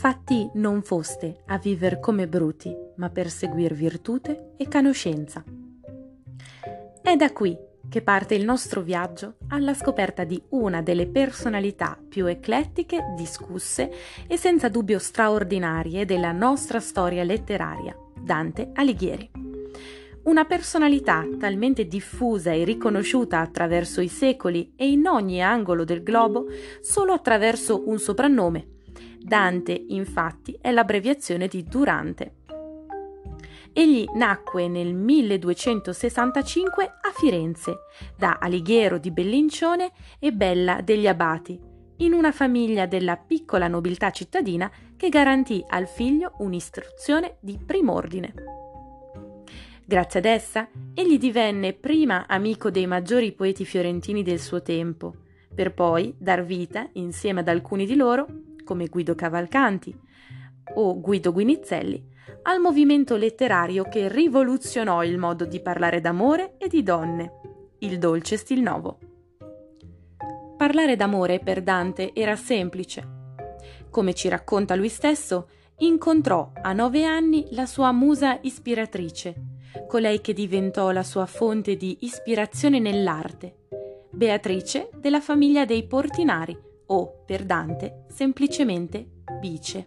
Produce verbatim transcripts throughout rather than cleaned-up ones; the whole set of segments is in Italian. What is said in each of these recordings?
Fatti non foste a viver come bruti, ma per seguir virtute e conoscenza. È da qui che parte il nostro viaggio alla scoperta di una delle personalità più eclettiche, discusse e senza dubbio straordinarie della nostra storia letteraria, Dante Alighieri. Una personalità talmente diffusa e riconosciuta attraverso i secoli e in ogni angolo del globo solo attraverso un soprannome. Dante, infatti, è l'abbreviazione di Durante. Egli nacque nel milleduecentosessantacinque a Firenze, da Alighiero di Bellincione e Bella degli Abati, in una famiglia della piccola nobiltà cittadina che garantì al figlio un'istruzione di prim'ordine. Grazie ad essa, egli divenne prima amico dei maggiori poeti fiorentini del suo tempo, per poi dar vita, insieme ad alcuni di loro, come Guido Cavalcanti o Guido Guinizelli, al movimento letterario che rivoluzionò il modo di parlare d'amore e di donne, il dolce stil novo. Parlare d'amore per Dante era semplice. Come ci racconta lui stesso, incontrò a nove anni la sua musa ispiratrice, colei che diventò la sua fonte di ispirazione nell'arte, Beatrice della famiglia dei Portinari, o, per Dante, semplicemente Bice.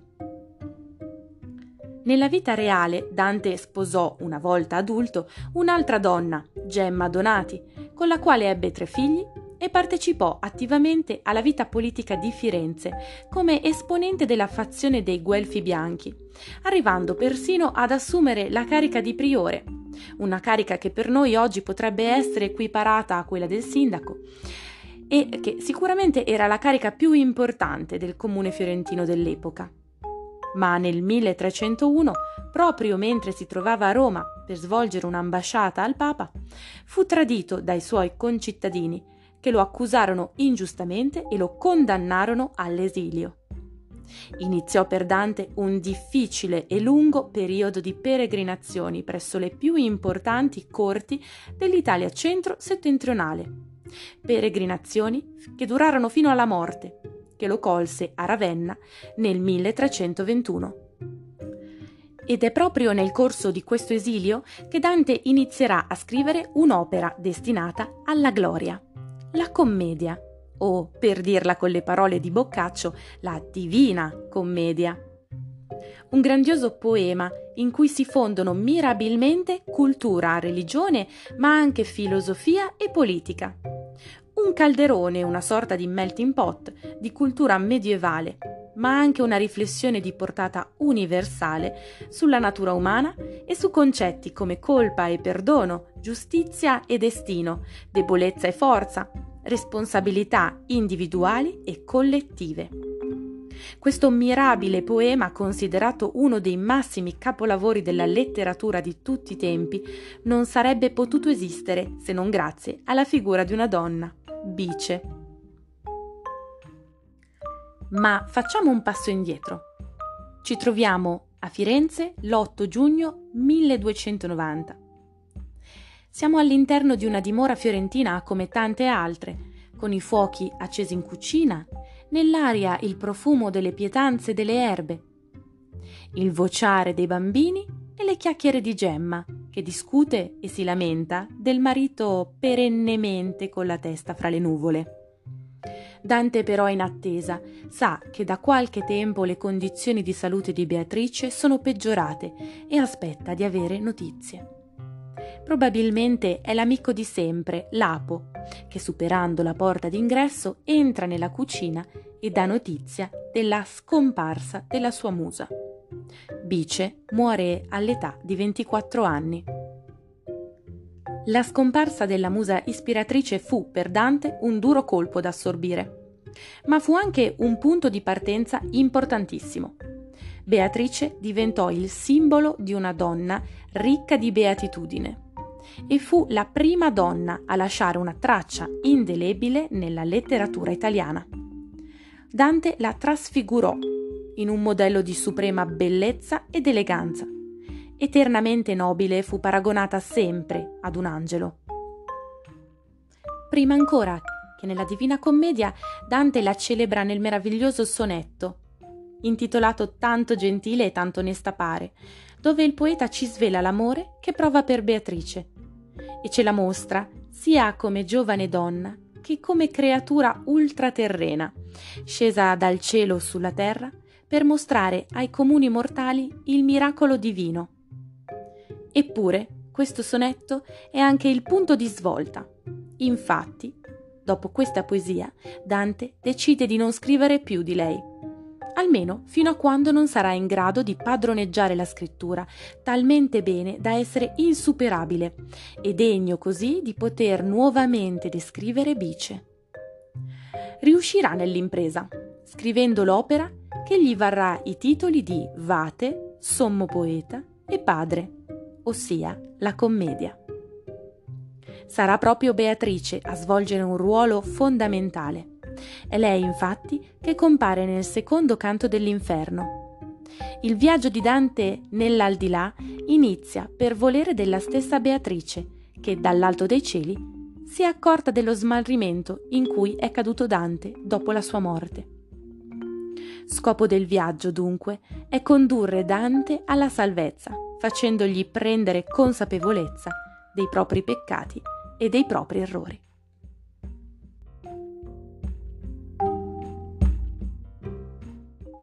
Nella vita reale Dante sposò, una volta adulto, un'altra donna, Gemma Donati, con la quale ebbe tre figli e partecipò attivamente alla vita politica di Firenze come esponente della fazione dei Guelfi Bianchi, arrivando persino ad assumere la carica di priore, una carica che per noi oggi potrebbe essere equiparata a quella del sindaco e che sicuramente era la carica più importante del comune fiorentino dell'epoca. Ma nel milletrecentouno, proprio mentre si trovava a Roma per svolgere un'ambasciata al Papa, fu tradito dai suoi concittadini che lo accusarono ingiustamente e lo condannarono all'esilio. Iniziò per Dante un difficile e lungo periodo di peregrinazioni presso le più importanti corti dell'Italia centro-settentrionale. Peregrinazioni che durarono fino alla morte, che lo colse a Ravenna nel milletrecentoventuno. Ed è proprio nel corso di questo esilio che Dante inizierà a scrivere un'opera destinata alla gloria, la commedia, o, per dirla con le parole di Boccaccio, la Divina Commedia. Un grandioso poema in cui si fondono mirabilmente cultura, religione, ma anche filosofia e politica. Un calderone, una sorta di melting pot di cultura medievale, ma anche una riflessione di portata universale sulla natura umana e su concetti come colpa e perdono, giustizia e destino, debolezza e forza, responsabilità individuali e collettive. Questo mirabile poema, considerato uno dei massimi capolavori della letteratura di tutti i tempi, non sarebbe potuto esistere se non grazie alla figura di una donna, Bice. Ma facciamo un passo indietro. Ci troviamo a Firenze l'otto giugno milleduecentonovanta. Siamo all'interno di una dimora fiorentina come tante altre, con i fuochi accesi in cucina, nell'aria il profumo delle pietanze e delle erbe, il vociare dei bambini e le chiacchiere di Gemma, che discute e si lamenta del marito perennemente con la testa fra le nuvole. Dante però è in attesa, sa che da qualche tempo le condizioni di salute di Beatrice sono peggiorate e aspetta di avere notizie. Probabilmente è l'amico di sempre, Lapo, che superando la porta d'ingresso entra nella cucina e dà notizia della scomparsa della sua musa. Bice muore all'età di ventiquattro anni. La scomparsa della musa ispiratrice fu per Dante un duro colpo da assorbire, ma fu anche un punto di partenza importantissimo. Beatrice diventò il simbolo di una donna ricca di beatitudine e fu la prima donna a lasciare una traccia indelebile nella letteratura italiana. Dante la trasfigurò in un modello di suprema bellezza ed eleganza. Eternamente nobile, fu paragonata sempre ad un angelo. Prima ancora che nella Divina Commedia, Dante la celebra nel meraviglioso sonetto intitolato Tanto gentile e tanto onesta pare, dove il poeta ci svela l'amore che prova per Beatrice e ce la mostra sia come giovane donna che come creatura ultraterrena, scesa dal cielo sulla terra per mostrare ai comuni mortali il miracolo divino. Eppure, questo sonetto è anche il punto di svolta. Infatti, dopo questa poesia, Dante decide di non scrivere più di lei, almeno fino a quando non sarà in grado di padroneggiare la scrittura talmente bene da essere insuperabile e degno così di poter nuovamente descrivere Bice. Riuscirà nell'impresa, scrivendo l'opera che gli varrà i titoli di Vate, Sommo Poeta e Padre, ossia la commedia. Sarà proprio Beatrice a svolgere un ruolo fondamentale. È lei, infatti, che compare nel secondo canto dell'Inferno. Il viaggio di Dante nell'aldilà inizia per volere della stessa Beatrice, che dall'alto dei cieli si è accorta dello smarrimento in cui è caduto Dante dopo la sua morte. Scopo del viaggio, dunque, è condurre Dante alla salvezza, facendogli prendere consapevolezza dei propri peccati e dei propri errori.